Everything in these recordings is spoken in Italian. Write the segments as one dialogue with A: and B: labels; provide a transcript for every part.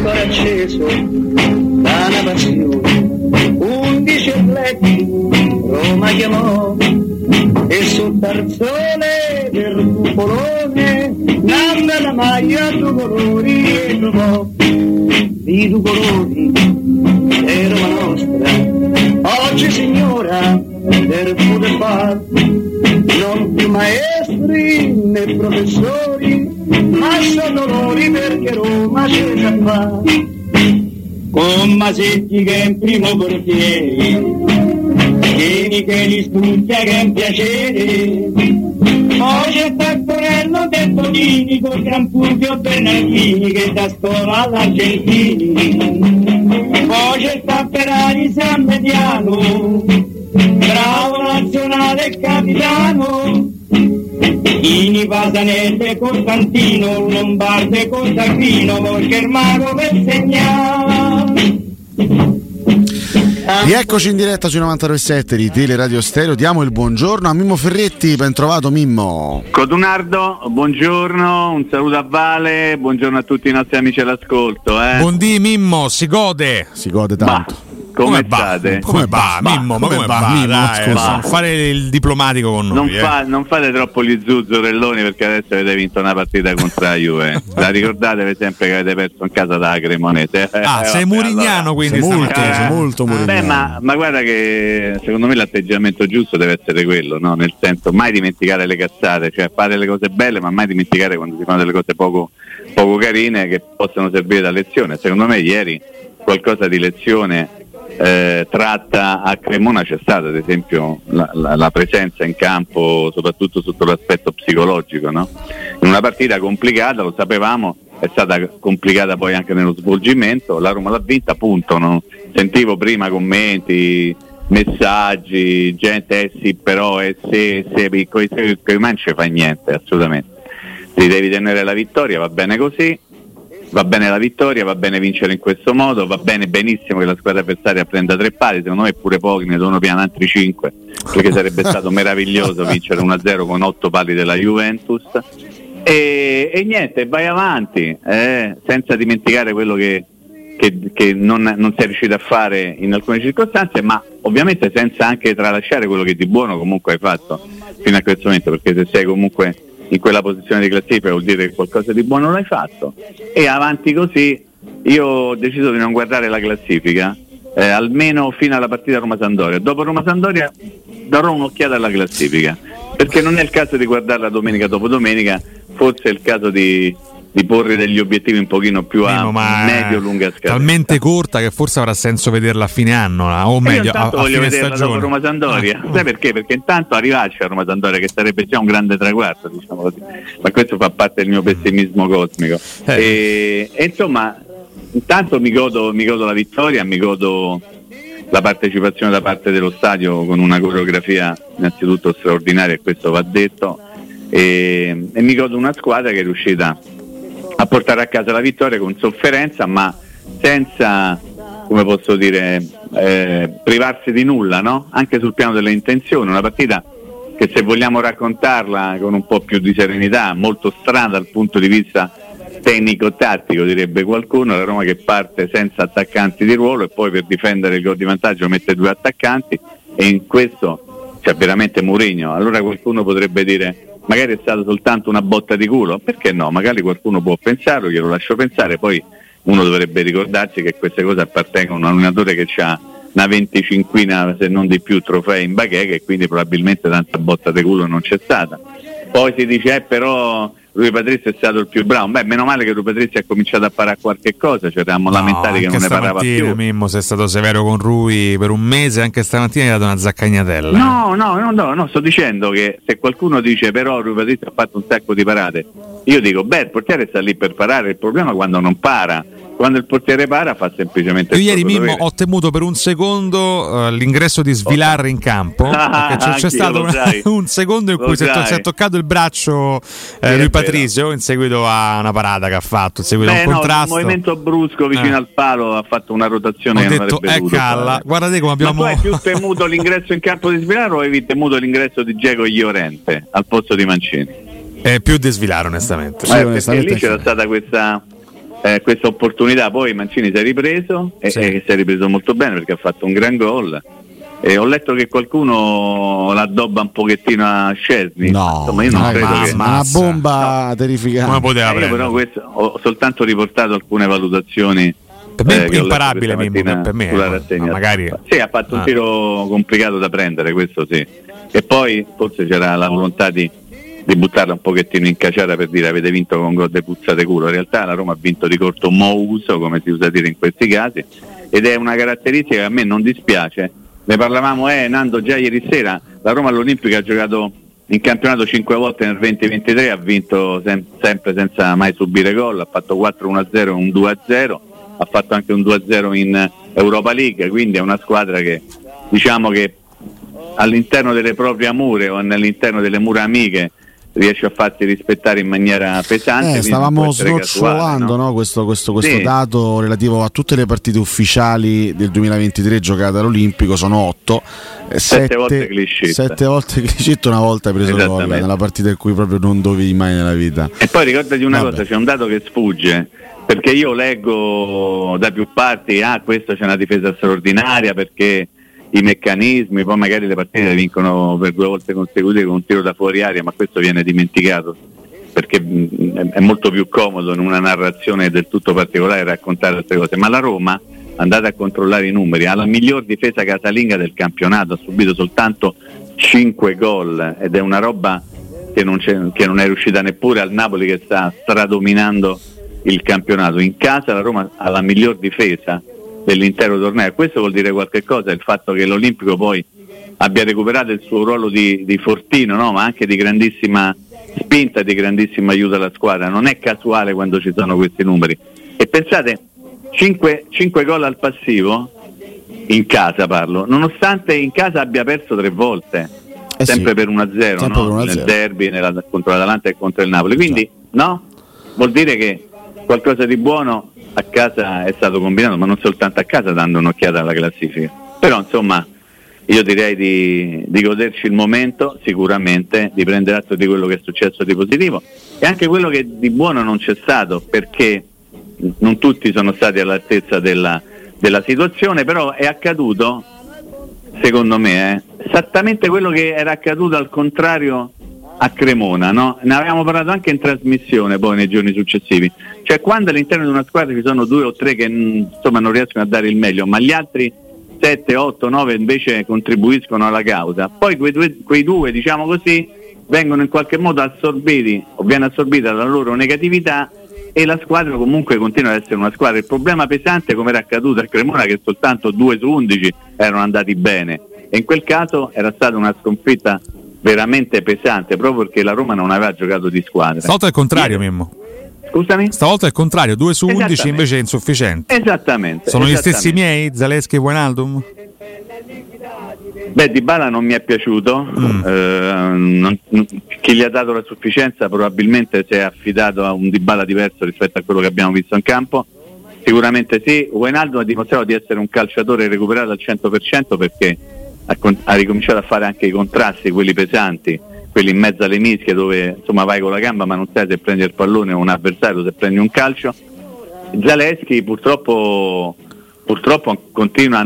A: cuore acceso da una passione, 11 letti Roma chiamò e sul tarzone del cupolone nanda la maglia due colori e trovò i due colori è Roma nostra, oggi signora del poter far, non più maestri né professori, ma sono loro perché Roma c'è già fa. Con Masetti che è in primo portiere, Vieni che li studia che è un piacere, poi c'è Taccorello del Bonini con Gran Fulvio Bernardini che da scuola all'Argentini, poi c'è Tapperari San Mediano, bravo nazionale e capitano, Ini Pasanelle Costantino, Lombardo con Taccino, poi Germano per segnare.
B: Rieccoci in diretta sui 92.7 di Teleradio Stereo. Diamo il buongiorno a Mimmo Ferretti. Ben trovato Mimmo.
C: Codunardo, buongiorno, un saluto a Vale, buongiorno a tutti i nostri amici all'ascolto.
D: Buondì Mimmo, si gode
B: tanto.
C: Come state?
D: Come va Mimmo? Ma come va? Dai, non fare il diplomatico con noi.
C: Non fate troppo gli zuzzurelloni perché adesso avete vinto una partita contro la Juve. La ricordatevi sempre che avete perso in casa dalla Cremonese.
D: Sei murignano, allora. Quindi
B: sei molto murignano.
C: Ma guarda che secondo me l'atteggiamento giusto deve essere quello, no? Nel senso, mai dimenticare le cazzate, cioè fare le cose belle, ma mai dimenticare quando si fanno delle cose poco carine che possono servire da lezione. Secondo me ieri qualcosa di lezione tratta a Cremona c'è stata, ad esempio la presenza in campo soprattutto sotto l'aspetto psicologico, no? In una partita complicata, lo sapevamo, è stata complicata poi anche nello svolgimento, la Roma l'ha vinta, punto, no? Sentivo prima commenti, messaggi, gente sì però se con i man ci fa niente, assolutamente, ti devi tenere la vittoria, va bene così. Va bene la vittoria, va bene vincere in questo modo, va bene benissimo che la squadra avversaria prenda 3 pali, secondo me pure pochi, ne devono piano altri 5, perché sarebbe stato meraviglioso vincere 1-0 con 8 pali della Juventus e niente, vai avanti, senza dimenticare quello che non si è riuscito a fare in alcune circostanze, ma ovviamente senza anche tralasciare quello che di buono comunque hai fatto fino a questo momento, perché se sei comunque in quella posizione di classifica vuol dire che qualcosa di buono l'hai fatto, e avanti così. Io ho deciso di non guardare la classifica almeno fino alla partita Roma-Sampdoria. Dopo Roma-Sampdoria darò un'occhiata alla classifica, perché non è il caso di guardarla domenica dopo domenica, forse è il caso di porre degli obiettivi un pochino più a medio-lunga scadenza.
D: Talmente corta che forse avrà senso vederla a fine anno, o meglio a
C: voglio
D: fine
C: vederla
D: stagione.
C: dopo Roma-Sampdoria. Sai perché? Perché intanto arrivarci a Roma-Sampdoria, che sarebbe già un grande traguardo, diciamo così, ma questo fa parte del mio pessimismo cosmico. E insomma, intanto mi godo la vittoria, mi godo la partecipazione da parte dello stadio con una coreografia innanzitutto straordinaria, e questo va detto, e mi godo una squadra che è riuscita a portare a casa la vittoria con sofferenza, ma senza, come posso dire, privarsi di nulla, no? Anche sul piano delle intenzioni, una partita che, se vogliamo raccontarla con un po' più di serenità, molto strana dal punto di vista tecnico-tattico, direbbe qualcuno. La Roma che parte senza attaccanti di ruolo e poi per difendere il gol di vantaggio mette 2 attaccanti, e in questo c'è veramente Mourinho. Allora qualcuno potrebbe dire magari è stata soltanto una botta di culo, perché no? Magari qualcuno può pensarlo, glielo lascio pensare, poi uno dovrebbe ricordarsi che queste cose appartengono a un allenatore che ha una 25ina se non di più trofei in bacheca, e quindi probabilmente tanta botta di culo non c'è stata. Poi si dice però Rui Patrizio è stato il più bravo. Beh, meno male che Rui Patrizio ha cominciato a parare qualche cosa, cioè eravamo lamentati che non ne parava più.
D: Mimmo, sei stato severo con Rui per un mese, anche stamattina gli hai dato una zaccagnatella.
C: No, sto dicendo che se qualcuno dice però Rui Patrizio ha fatto un sacco di parate, io dico il portiere sta lì per parare, il problema è quando non para. Quando il portiere para fa semplicemente
D: il ieri Mimmo ho temuto per un secondo l'ingresso di Svilar in campo, perché c'è stato un secondo in cui si è toccato il braccio Rui Patrizio in seguito a una parata che ha fatto, in seguito a un contrasto,
C: un movimento brusco vicino al palo, ha fatto una rotazione
D: ho
C: che
D: detto,
C: non avrebbe dovuto fare.
D: Guardate come abbiamo.
C: Ma tu hai più temuto l'ingresso in campo di Svilar o avevi temuto l'ingresso di Diego Llorente al posto di Mancini?
D: Più di Svilar, onestamente.
C: Perché lì c'era stata questa opportunità. Poi Mancini si è ripreso e si è ripreso molto bene perché ha fatto un gran gol. Ho letto che qualcuno l'addobba un pochettino a Szczesny.
B: No,
C: insomma, io non credo che
B: una bomba terrificante.
D: Come poteva
C: io però questo, ho soltanto riportato alcune valutazioni.
D: Per me è imparabile, per me
C: sulla rassegna.
D: Magari
C: sì, ha fatto un tiro complicato da prendere, questo sì. E poi forse c'era la volontà di buttarla un pochettino in caciara per dire avete vinto con gol de puzzate culo. In realtà la Roma ha vinto di corto mouso, come si usa dire in questi casi, ed è una caratteristica che a me non dispiace. Ne parlavamo Nando già ieri sera, la Roma all'Olimpica ha giocato in campionato 5 volte nel 2023, ha vinto sempre senza mai subire gol, ha fatto 4-1-0 e un 2-0, ha fatto anche un 2-0 in Europa League, quindi è una squadra che diciamo che all'interno delle proprie mure o all'interno delle mura amiche riesce a farsi rispettare in maniera pesante.
B: Stavamo snocciolando, no? Questo sì, dato relativo a tutte le partite ufficiali del 2023 giocate all'Olimpico, sono 8,
C: 7 volte clean
B: 7 volte clean sheet, una volta hai preso gol nella partita in cui proprio non dovevi mai nella vita.
C: E poi ricordati una cosa, c'è un dato che sfugge, perché io leggo da più parti questo c'è una difesa straordinaria perché i meccanismi, poi magari le partite le vincono per 2 volte consecutive con un tiro da fuori aria, ma questo viene dimenticato perché è molto più comodo in una narrazione del tutto particolare raccontare queste cose. Ma la Roma, andate a controllare i numeri, ha la miglior difesa casalinga del campionato, ha subito soltanto 5 gol ed è una roba che non è riuscita neppure al Napoli che sta stradominando il campionato. In casa la Roma ha la miglior difesa dell'intero torneo. Questo vuol dire qualche cosa, il fatto che l'Olimpico poi abbia recuperato il suo ruolo di fortino, no? Ma anche di grandissima spinta e di grandissimo aiuto alla squadra. Non è casuale quando ci sono questi numeri. E pensate, 5 gol al passivo, in casa parlo, nonostante in casa abbia perso 3 volte, sempre per 1-0, no? Nel derby, contro l'Atalanta e contro il Napoli. Quindi no? Vuol dire che qualcosa di buono a casa è stato combinato, ma non soltanto a casa, dando un'occhiata alla classifica. Però insomma io direi di goderci il momento, sicuramente, di prendere atto di quello che è successo di positivo e anche quello che di buono non c'è stato, perché non tutti sono stati all'altezza della situazione, però è accaduto, secondo me, esattamente quello che era accaduto al contrario a Cremona, no? Ne avevamo parlato anche in trasmissione poi nei giorni successivi, cioè quando all'interno di una squadra ci sono 2 o 3 che insomma non riescono a dare il meglio, ma gli altri 7, 8, 9 invece contribuiscono alla causa, poi quei due diciamo così vengono in qualche modo assorbiti o viene assorbita la loro negatività e la squadra comunque continua ad essere una squadra. Il problema pesante, come era accaduto a Cremona, che soltanto 2 su 11 erano andati bene, e in quel caso era stata una sconfitta veramente pesante, proprio perché la Roma non aveva giocato di squadra.
D: Stavolta è il contrario, Mimmo.
C: Scusami?
D: Stavolta è il contrario, 2 su 11 invece è insufficiente.
C: Esattamente.
D: Sono gli stessi miei, Zaleschi e Wijnaldum?
C: Beh, Dybala non mi è piaciuto, chi gli ha dato la sufficienza probabilmente si è affidato a un Dybala diverso rispetto a quello che abbiamo visto in campo. Sicuramente sì, Wijnaldum ha dimostrato di essere un calciatore recuperato al 100% perché ha ricominciato a fare anche i contrasti, quelli pesanti, quelli in mezzo alle mischie dove insomma vai con la gamba ma non sai se prendi il pallone o un avversario, se prendi un calcio. Zaleschi purtroppo continua a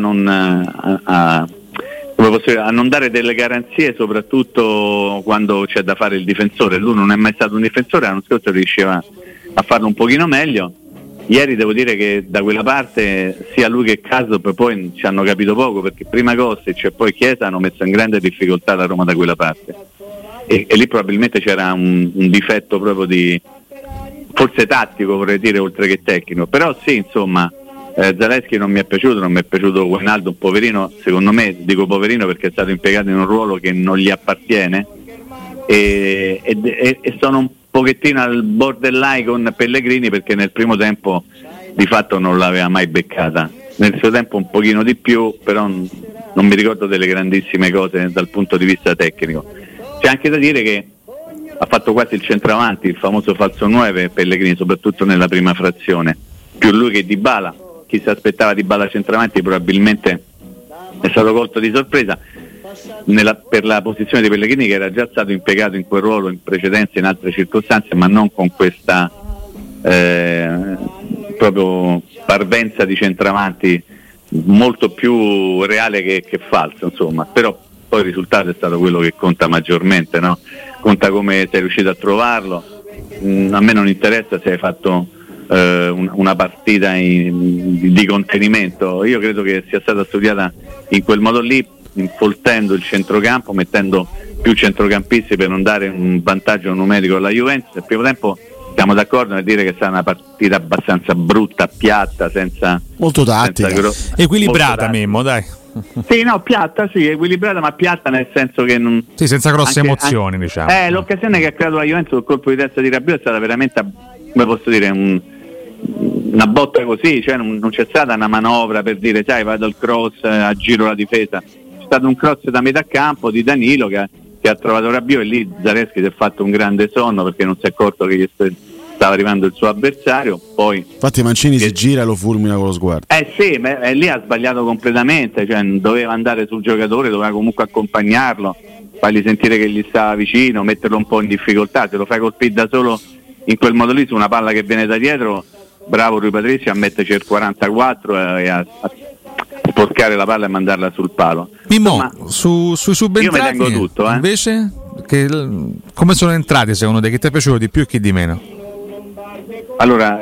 C: non dare delle garanzie, soprattutto quando c'è da fare il difensore. Lui non è mai stato un difensore, l'anno scorso riusciva a farlo un pochino meglio. Ieri devo dire che da quella parte sia lui che Kasop poi ci hanno capito poco, perché prima Kostic e poi Chiesa hanno messo in grande difficoltà la Roma da quella parte e lì probabilmente c'era un difetto proprio di forse tattico, vorrei dire, oltre che tecnico. Però sì, insomma, Zaleschi non mi è piaciuto Wijnaldum, poverino, secondo me, dico poverino perché è stato impiegato in un ruolo che non gli appartiene e sono un pochettino al borderline con Pellegrini perché nel primo tempo di fatto non l'aveva mai beccata, nel suo tempo un pochino di più, però non mi ricordo delle grandissime cose dal punto di vista tecnico. C'è anche da dire che ha fatto quasi il centravanti, il famoso falso 9 Pellegrini, soprattutto nella prima frazione, più lui che Dybala. Chi si aspettava Dybala centravanti probabilmente è stato colto di sorpresa per la posizione di Pellegrini, che era già stato impiegato in quel ruolo in precedenza in altre circostanze, ma non con questa proprio parvenza di centravanti molto più reale che falso, insomma. Però poi il risultato è stato quello che conta maggiormente, no? Conta come sei riuscito a trovarlo. A me non interessa se hai fatto una partita di contenimento. Io credo che sia stata studiata in quel modo lì, infoltendo il centrocampo, mettendo più centrocampisti per non dare un vantaggio numerico alla Juventus. Nel primo tempo siamo d'accordo nel dire che è stata una partita abbastanza brutta, piatta, senza
B: molto tattica,
D: equilibrata, Mimmo, dai.
C: Sì, no, piatta, sì, equilibrata, ma piatta nel senso che non...
D: Sì, senza grosse emozioni, diciamo.
C: L'occasione che ha creato la Juventus col colpo di testa di Rabiot è stata veramente, come posso dire, una botta così, cioè non c'è stata una manovra per dire sai vado al cross, aggiro la difesa. C'è stato un cross da metà campo di Danilo che ha trovato Rabiot, e lì Zalewski si è fatto un grande sonno perché non si è accorto che gli stava arrivando il suo avversario. Poi
B: infatti Mancini si gira e lo fulmina con lo sguardo.
C: Sì, lì ha sbagliato completamente, cioè doveva andare sul giocatore, doveva comunque accompagnarlo, fargli sentire che gli stava vicino, metterlo un po' in difficoltà. Se lo fai colpire da solo in quel modo lì su una palla che viene da dietro, bravo Rui Patricio a metterci il 44 e a sporcare la palla e mandarla sul palo.
D: Mimmo, sui subentrati
C: io mi tengo tutto,
D: invece come sono entrati secondo te? Che ti è piaciuto di più e chi di meno?
C: Allora,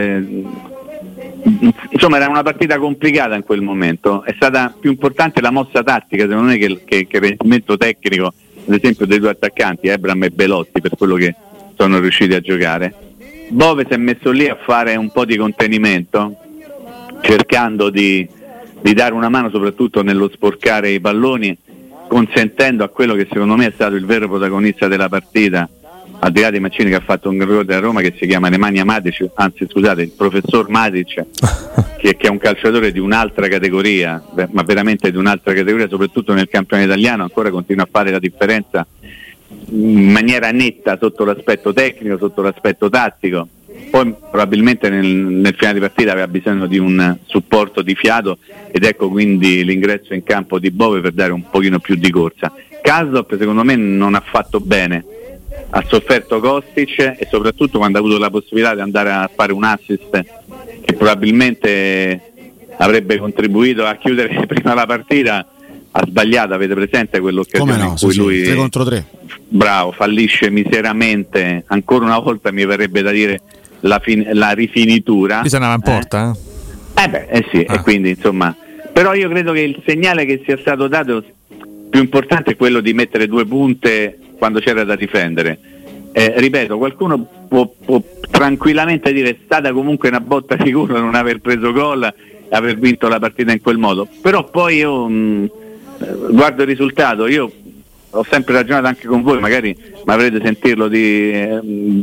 C: insomma era una partita complicata in quel momento. È stata più importante la mossa tattica secondo me che il rendimento tecnico, ad esempio dei due attaccanti, Ebram e Belotti, per quello che sono riusciti a giocare. Bove si è messo lì a fare un po' di contenimento, cercando di dare una mano soprattutto nello sporcare i palloni, consentendo a quello che secondo me è stato il vero protagonista della partita, al di là di Mancini che ha fatto un gol della Roma, che si chiama Nemanja Matic, anzi scusate, il professor Matic, che è un calciatore di un'altra categoria, ma veramente di un'altra categoria, soprattutto nel campionato italiano, ancora continua a fare la differenza in maniera netta sotto l'aspetto tecnico, sotto l'aspetto tattico. Poi probabilmente nel finale di partita aveva bisogno di un supporto di fiato, ed ecco quindi l'ingresso in campo di Bove per dare un pochino più di corsa. Karsdorp secondo me non ha fatto bene, ha sofferto Kostic, e soprattutto quando ha avuto la possibilità di andare a fare un assist che probabilmente avrebbe contribuito a chiudere prima la partita, ha sbagliato. Avete presente quell'occasione in cui lui
B: 3 contro 3
C: bravo, fallisce miseramente, ancora una volta mi verrebbe da dire la rifinitura.
D: Bisognava in porta?
C: Sì, e quindi insomma, però io credo che il segnale che sia stato dato più importante è quello di mettere 2 punte quando c'era da difendere. Ripeto, qualcuno può tranquillamente dire è stata comunque una botta di culo non aver preso gol e aver vinto la partita in quel modo, però poi io guardo il risultato. Io ho sempre ragionato anche con voi, magari mi avrete sentirlo dire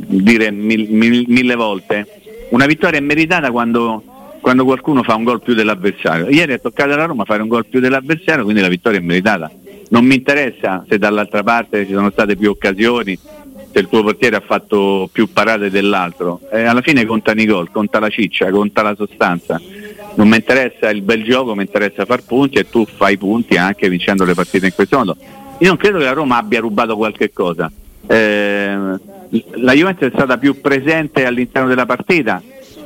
C: mille volte, una vittoria è meritata quando qualcuno fa un gol più dell'avversario. Ieri è toccato alla Roma fare un gol più dell'avversario, quindi la vittoria è meritata. Non mi interessa se dall'altra parte ci sono state più occasioni, se il tuo portiere ha fatto più parate dell'altro, alla fine contano i gol, conta la ciccia, conta la sostanza. Non mi interessa il bel gioco, mi interessa far punti, e tu fai punti anche vincendo le partite in questo modo. Io non credo che la Roma abbia rubato qualche cosa. La Juventus è stata più presente all'interno della partita.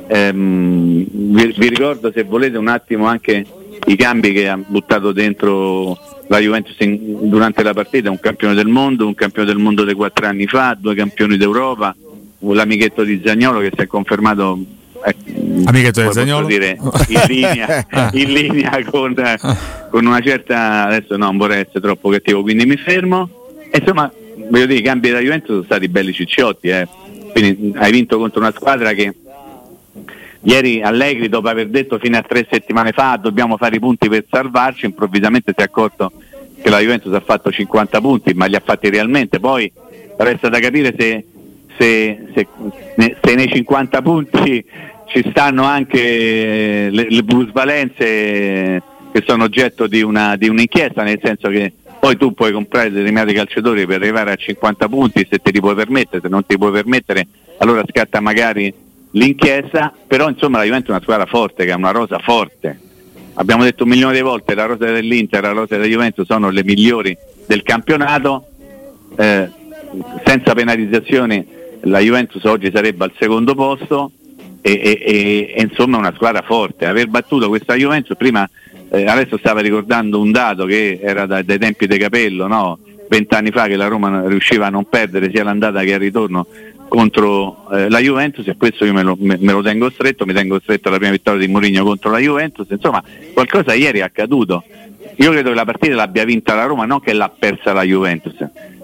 C: Vi ricordo, se volete, un attimo anche i cambi che ha buttato dentro la Juventus durante la partita: un campione del mondo di 4 anni fa, 2 campioni d'Europa, l'amichetto di Zaniolo che si è confermato
D: amichetto di Zaniolo,
C: dire, in linea con una certa, adesso non vorrei essere troppo cattivo, quindi mi fermo. E insomma, voglio dire, i cambi della Juventus sono stati belli cicciotti, quindi hai vinto contro una squadra che ieri Allegri, dopo aver detto fino a 3 settimane fa dobbiamo fare i punti per salvarci, improvvisamente si è accorto che la Juventus ha fatto 50 punti, ma li ha fatti realmente. Poi resta da capire se nei 50 punti ci stanno anche le plusvalenze che sono oggetto di un'inchiesta, nel senso che poi tu puoi comprare determinati calciatori per arrivare a 50 punti se te li puoi permettere, se non ti puoi permettere allora scatta magari l'inchiesta. Però insomma la Juventus è una squadra forte, che ha una rosa forte. Abbiamo detto 1 milione di volte, la rosa dell'Inter e la rosa della Juventus sono le migliori del campionato, senza penalizzazioni la Juventus oggi sarebbe al secondo posto, e insomma una squadra forte. Aver battuto questa Juventus prima, adesso stava ricordando un dato che era dai tempi di Capello, no? 20 anni fa, che la Roma riusciva a non perdere sia l'andata che il ritorno contro la Juventus, e questo io me lo tengo stretto, mi tengo stretto alla prima vittoria di Mourinho contro la Juventus. Insomma, qualcosa ieri è accaduto. Io credo che la partita l'abbia vinta la Roma, non che l'ha persa la Juventus,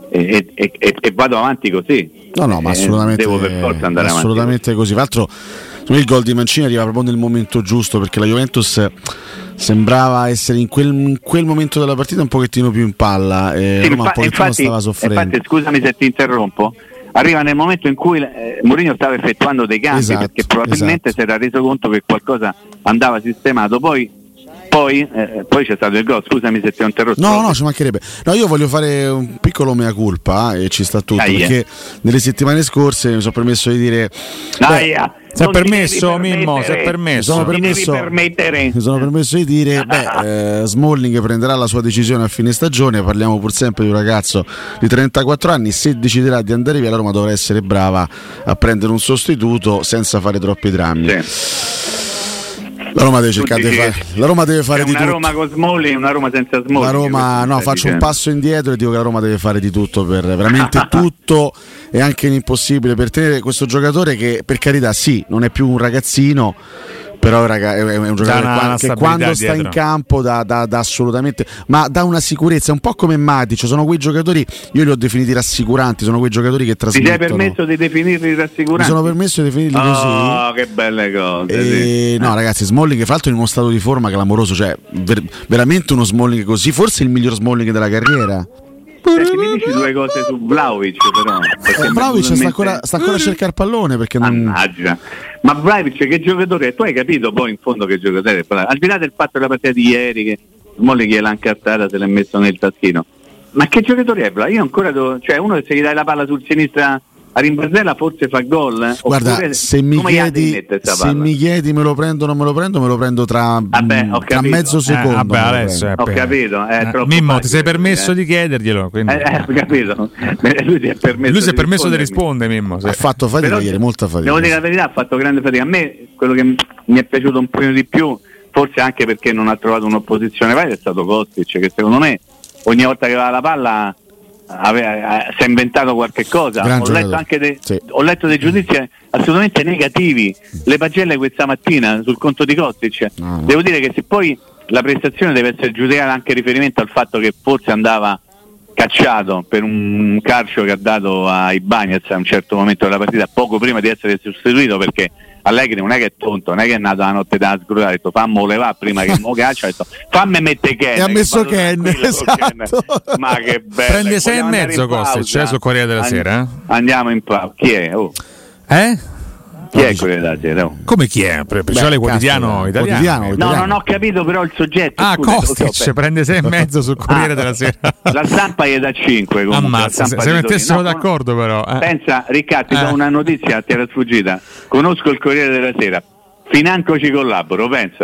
C: e vado avanti così.
B: No, ma assolutamente,
C: devo per forza andare
B: assolutamente
C: avanti.
B: Così. Tra l'altro il gol di Mancini arriva proprio nel momento giusto, perché la Juventus sembrava essere in quel momento della partita un pochettino più in palla, e Roma un pochettino stava soffrendo.
C: Infatti, scusami se ti interrompo, arriva nel momento in cui Mourinho stava effettuando dei cambi, perché probabilmente si era reso conto che qualcosa andava sistemato. Poi c'è stato il gol. Scusami se ti ho interrotto.
B: No, ci mancherebbe. No, io voglio fare un piccolo mea culpa, e ci sta tutto, perché nelle settimane scorse mi sono permesso di dire
D: si è permesso, Mimmo, si è permesso.
B: Mi sono permesso di dire Smalling prenderà la sua decisione a fine stagione. Parliamo pur sempre di un ragazzo di 34 anni. Se deciderà di andare via, la Roma dovrà essere brava a prendere un sostituto senza fare troppi drammi.
C: Sì.
B: La Roma deve cercare di fare. La Roma deve fare di tutto.
C: Una Roma con Smalling, una Roma senza Smalling.
B: La Roma, faccio un passo indietro e dico che la Roma deve fare di tutto, per veramente tutto, e anche l'impossibile, per tenere questo giocatore che, per carità, sì, non è più un ragazzino, però è un giocatore che quando sta in campo dà assolutamente, ma dà una sicurezza, un po' come Matic. Sono quei giocatori, io li ho definiti rassicuranti, sono quei giocatori che trasmettono.
C: Ti sei permesso di definirli rassicuranti?
B: Mi sono permesso di definirli così.
C: Oh, che belle cose.
B: No, ragazzi, Smalling fra l'altro in uno stato di forma clamoroso, cioè veramente uno Smalling così, forse il miglior Smalling della carriera.
C: Mi dici due cose su Vlahovic, però
B: Vlahovic sta ancora a cercare il pallone, perché
C: mannaggia. Ma Vlahovic che giocatore è? Tu hai capito poi in fondo che giocatore è? Al di là del fatto della partita di ieri, che Smalling gliel'ha incartata, se l'ha messo nel taschino, ma che giocatore è Vlahovic? Io ancora cioè uno che se gli dai la palla sul sinistra a rimbarzella forse fa gol.
B: Guarda, se mi chiedi me lo prendo o non me lo prendo tra mezzo secondo.
C: Adesso ho capito.
D: Mimmo, ti sei permesso di chiederglielo, quindi.
C: Ho capito. Lui si è permesso
D: di rispondere, Mimmo. Sì.
B: Ha fatto fatica ieri, molta fatica.
C: Devo dire la verità, ha fatto grande fatica. A me quello che mi è piaciuto un po' di più, forse anche perché non ha trovato un'opposizione valida, è stato Kostic, che secondo me ogni volta che aveva la palla si è inventato qualche cosa. Ho letto dei giudizi assolutamente negativi, le pagelle questa mattina sul conto di Kostic. Devo dire che se poi la prestazione deve essere giudicata anche in riferimento al fatto che forse andava cacciato per un calcio che ha dato a Ibañez a un certo momento della partita, poco prima di essere sostituito, perché Allegri non è che è tonto, non è che è nato la notte da scrutare, ha detto fammo levare prima che mo calcio, ha detto fammi mette Ken,
B: e ha messo Ken, esatto.
C: Ma che bello.
D: Prende 6,5 Kostic sul Corriere della Sera.
C: Andiamo in pausa. Chi è? Chi è quello della Sera?
D: Come chi è? Speciale quotidiano italiano.
C: No, non ho capito però il soggetto.
D: Kostic prende 6,5 sul Corriere della Sera.
C: La stampa gli dà 5.
D: Ammazza, se mettessero d'accordo però.
C: Pensa, Riccardo, ti do una notizia, ti era sfuggita. Conosco il Corriere della Sera. Financo ci collaboro, pensa.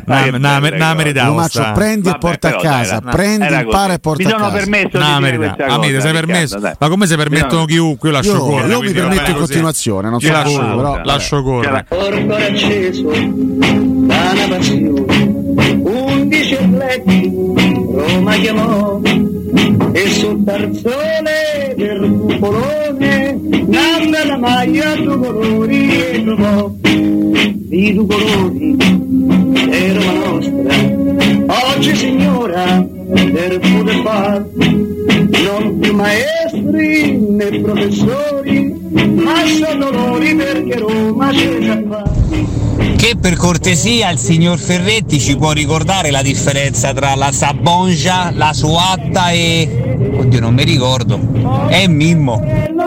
B: Maccio, prendi e porta a casa. Prendi, impara e porta a casa.
C: Mi sono permesso di dire questa cosa,
D: sei permesso. Ma come se permettono chiunque? Io lascio correre.
B: Io mi permetto in continuazione, non so voi, però
D: lascio correre.
A: Porto acceso da una passione, 11 atleti Roma chiamò, e sul tarzone del cupolone nanda la maglia due colori e trovò di due colori è Roma nostra. Oggi signora del poter far non più maestri né professori, ma sono loro, perché Roma c'è già qua.
E: Che per cortesia il signor Ferretti ci può ricordare la differenza tra la Sabonja, la Suatta e... oddio, non mi ricordo. È Mimmo.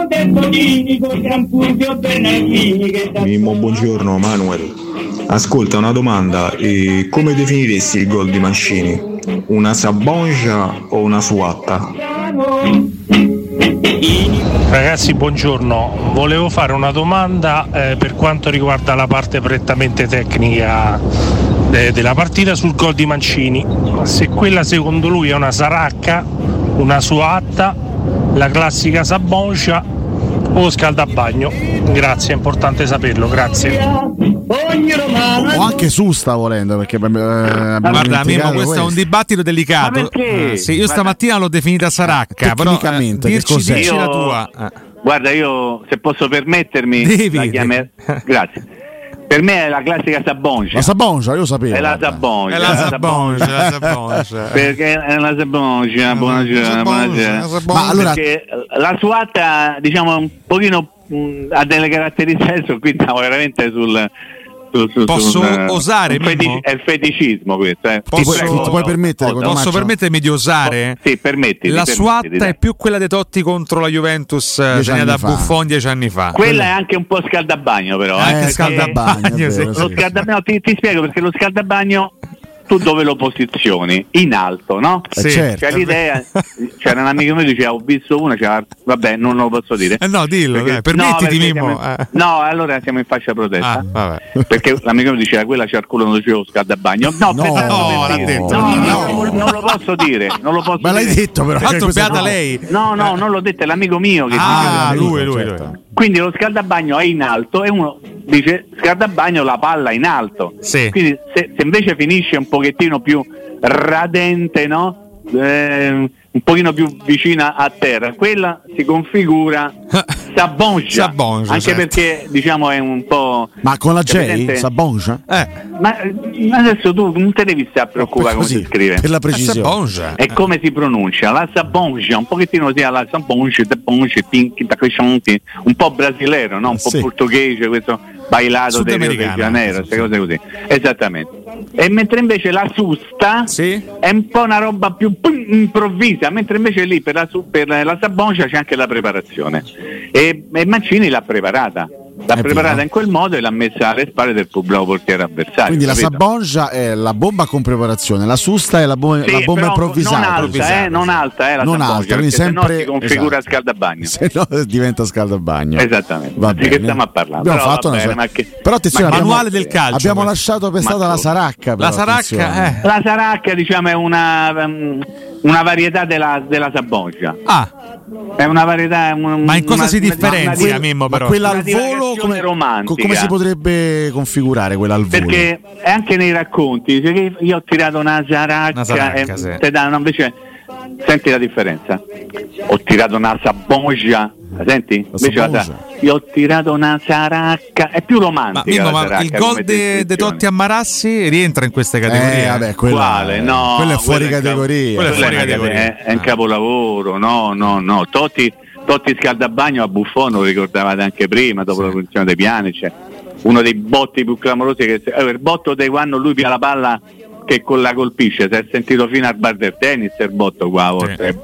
F: Mimmo, buongiorno Manuel. Ascolta, una domanda, come definiresti il gol di Mancini? Una Sabonja o una Suatta?
G: Ragazzi, buongiorno, volevo fare una domanda per quanto riguarda la parte prettamente tecnica della partita sul gol di Mancini. Se quella secondo lui è una Saracca, una Suatta, la classica Sabonja o scaldabagno. Grazie, è importante saperlo, grazie.
B: O anche Susta volendo, perché
D: guarda Mimmo, questo è un dibattito delicato.
C: Ma perché?
D: Sì, io stamattina l'ho definita Saracca,
B: tecnicamente,
D: però
B: che cos'è?
D: dirci la tua.
C: Guarda, io se posso permettermi la chiamerei. Grazie. Per me è la classica Sabonja.
B: La Sabonja, io lo sapevo.
C: È la Sabonja.
D: È la Sabonja.
C: Perché è la Sabonja, buonasera.
B: Ma allora,
C: perché la Suata, diciamo, un pochino ha delle caratteristiche, qui stiamo veramente sul
D: Posso osare?
C: È il feticismo questo.
B: ti puoi permettere?
D: Posso permettermi di osare?
C: Sì, permetti.
D: La Suatta è più quella dei Totti contro la Juventus segnata da Buffon 10 anni fa.
C: Quella è anche un po' scaldabagno, però.
D: Anche scaldabagno.
C: Scaldabagno, ti spiego perché lo scaldabagno tu dove lo posizioni? In alto, no?
B: Sì, certo.
C: C'è l'idea, c'era un amico mio che diceva ho visto una, vabbè, non lo posso dire.
D: No, dillo, permettiti Mimmo.
C: No, allora siamo in fascia protesta.
D: Vabbè.
C: Perché l'amico mio diceva quella c'ha il culo, non dicevo scaldabagno. No, non lo posso dire. Non lo posso
B: Ma l'hai detto però.
D: Fatto beata lei.
C: No, non l'ho detto, è l'amico mio che dice.
D: Lui.
C: Quindi lo scaldabagno è in alto e uno dice scaldabagno la palla in alto.
D: Sì.
C: Quindi se invece finisce un pochettino più radente, no? Un pochino più vicina a terra, quella si configura Sabonja, anche certo. Perché diciamo è un po'.
B: Ma con la J? Sabonja?
C: Ma adesso tu non te devi stare a preoccupare come si scrive.
B: Per la precisione.
C: E come si pronuncia? La Sabonja, un pochettino sia la Sabonja, un po' brasilero, no? Un po' portoghese, questo bailato del Rio de Janeiro, queste cose così. Esattamente. E mentre invece la Susta è un po' una roba più improvvisa, mentre invece lì per la Sabonja c'è anche la preparazione. E Mancini l'ha preparata. L'ha preparata in quel modo e l'ha messa alle spalle del pubblico portiere avversario.
B: Quindi la Sabonja è la bomba con preparazione, la Susta è la bomba improvvisata.
C: Non alta, la Sabonja,
B: quindi sempre
C: si configura scaldabagno.
B: Se no diventa scaldabagno.
C: Esattamente.
B: Va bene.
C: Che stiamo a parlare?
B: Però attenzione,
D: manuale del calcio.
B: Abbiamo lasciato per strada la Saracca.
D: La
C: Saracca, diciamo, è una varietà della Sabonja. È una varietà.
D: Ma in cosa si differenzia, Mimmo? Però
B: quella al volo come si potrebbe configurare quella al volo?
C: Perché è anche nei racconti. Io ho tirato una Saracca te danno invece. Senti la differenza? Ho tirato una Sabonja. Senti? Io ho tirato una Saracca. È più romantica.
D: Ma il gol de Totti a Marassi rientra in queste categorie?
B: Vabbè,
C: quale? No,
B: quello è fuori categoria.
C: È un capolavoro. No. Totti scaldabagno a Buffon, lo ricordavate anche prima, dopo la produzione dei Pjanic. Uno dei botti più clamorosi il botto di quando lui pia la palla che la colpisce, si è sentito fino al bar del tennis il botto qua a volte.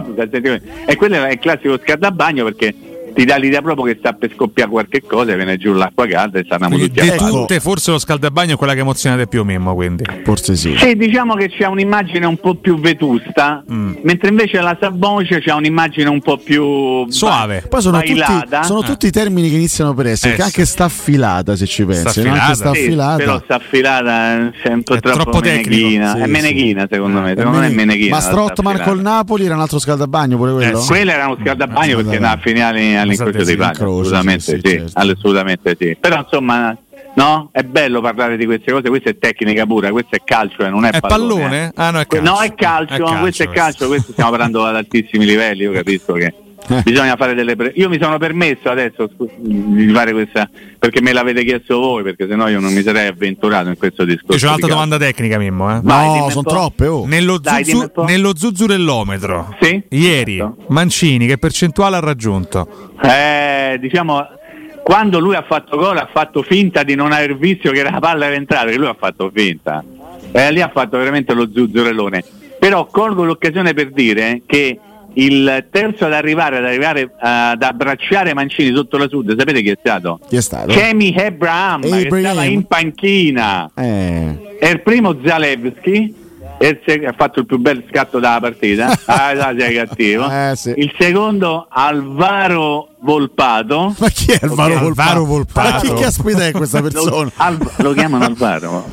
C: E quello è il classico scaldabagno perché ti dà l'idea proprio che sta per scoppiare qualche cosa e viene giù l'acqua calda e stanno tutti a
D: tutte, forse lo scaldabagno è quella che emoziona di più, Mimmo, quindi
B: forse sì.
C: Sì, diciamo che c'è un'immagine un po' più vetusta, mentre invece la Sabonja c'è un'immagine un po' più
D: suave.
B: Poi sono tutti termini che iniziano per essere che anche staffilata, se ci pensi, anche staffilata.
C: Però staffilata è un po' troppo meneghina. È meneghina, secondo me. Secondo me è meneghina.
B: Ma Strootman col Napoli era un altro scaldabagno pure quello?
C: Quello era uno scaldabagno perché era finale all'incrocio dei pali, assolutamente sì. Però insomma, no, è bello parlare di queste cose, questa è tecnica pura, questo è calcio, non è pallone.
D: No, è calcio.
C: No, è calcio, questo è calcio, questo stiamo parlando ad altissimi livelli, io capisco che bisogna fare io mi sono permesso adesso di fare questa perché me l'avete chiesto voi, perché sennò io non mi sarei avventurato in questo discorso.
D: Io c'ho un'altra domanda tecnica, Mimmo.
B: No, sono troppe.
D: Nello zuzzurellometro ieri Mancini che percentuale ha raggiunto?
C: Diciamo quando lui ha fatto gol ha fatto finta di non aver visto che la palla era entrata, che lui ha fatto finta, lì ha fatto veramente lo zuzzurellone. Però colgo l'occasione per dire che il terzo ad arrivare ad abbracciare Mancini sotto la Sud, sapete chi è stato?
B: Chi è stato?
C: Kemi Abraham, che stava in panchina. E il primo Zalewski, ha fatto il più bel scatto della partita. Sei cattivo.
B: Sì.
C: Il secondo Alvaro Volpato.
B: Ma chi è Alvaro Volpato? Ma che aspetta è questa persona?
C: Lo chiamano Alvaro.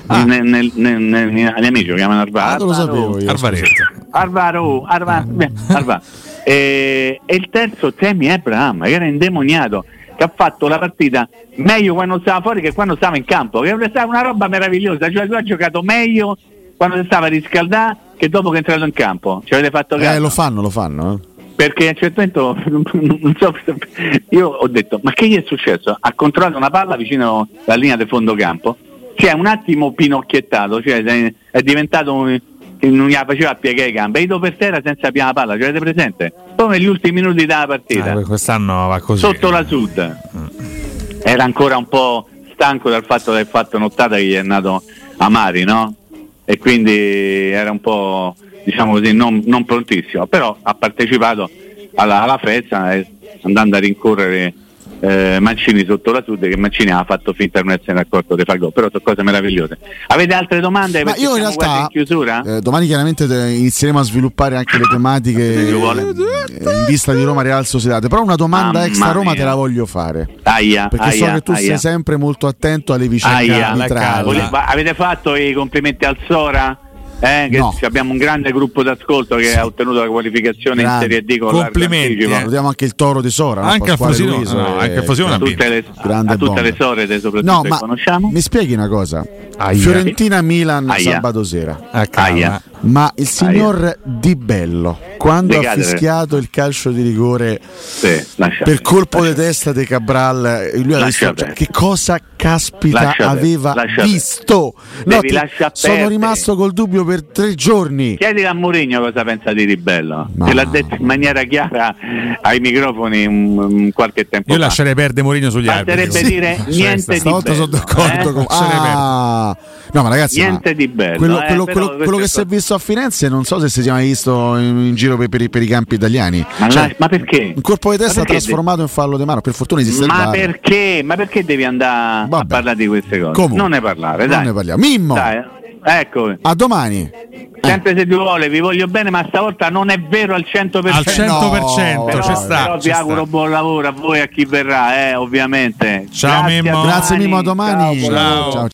C: Gli amici lo chiamano Alvaro.
B: Lo sapevo io.
C: Alvaro. E il terzo Temi Abraham, che era indemoniato. che ha fatto la partita meglio quando stava fuori che quando stava in campo, che è stata una roba meravigliosa, cioè lui ha giocato meglio quando si stava riscaldando che dopo che è entrato in campo. Ci avete fatto caso?
B: Lo fanno.
C: Perché a un certo punto non so, io ho detto ma che gli è successo? Ha controllato una palla vicino alla linea del fondo campo, si è un attimo pinocchiettato, cioè è diventato non gli faceva piegare le gambe, è ido per terra senza piana palla, ce l'avete presente? Come negli ultimi minuti della partita,
D: quest'anno va così
C: sotto la Sud. Era ancora un po' stanco dal fatto che ha fatto nottata che gli è nato Amari, no? E quindi era un po', diciamo così, non prontissimo, però ha partecipato alla festa andando a rincorrere Mancini sotto la Sud, che Mancini ha fatto finta di non essere accorto dei fagò, però sono cose meravigliose. Avete altre domande?
B: Ma io in realtà
C: in chiusura?
B: Domani chiaramente inizieremo a sviluppare anche le tematiche in vista di Roma Real Sociedad, però una domanda extra Roma te la voglio fare, perché so che tu sei sempre molto attento alle vicende arbitrali.
C: Avete fatto i complimenti al Sora? Che
B: no.
C: Abbiamo un grande gruppo d'ascolto che ha ottenuto la qualificazione in Serie D con
D: complimenti.
B: Salutiamo anche il Toro di Sora,
D: anche al Frosinone, anche al Frosinone,
C: a tutte le sorelle soprattutto che conosciamo.
B: Mi spieghi una cosa? Fiorentina-Milan sabato sera. Ma il signor Di Bello, quando ha fischiato il calcio di rigore per colpo di testa di Cabral, lui ha visto, che cosa caspita aveva visto? Sono rimasto col dubbio per 3 giorni.
C: Chiedi a Mourinho cosa pensa di Di Bello, che l'ha detto in maniera chiara ai microfoni qualche tempo fa.
D: Io lascerei perdere Mourinho sugli arbitri.
C: Basterebbe dire niente di bello.
B: Sono d'accordo con no, ma ragazzi,
C: niente di bello.
B: Quello che si è visto a Firenze, non so se si sia mai visto in giro per i campi italiani.
C: Ma perché?
B: Un colpo di testa trasformato in fallo di mano. Per fortuna esiste il VAR.
C: Ma perché devi andare a parlare di queste cose?
B: Comunque,
C: non ne parlare,
B: non ne parliamo. Mimmo,
C: dai, ecco.
B: a domani.
C: Sempre se Dio vuole, vi voglio bene, ma stavolta non è vero al 100%.
D: Al 100%,
C: però vi auguro buon lavoro a voi e a chi verrà, ovviamente.
D: Ciao Mimmo.
B: Grazie Mimmo, a domani.
C: Ciao.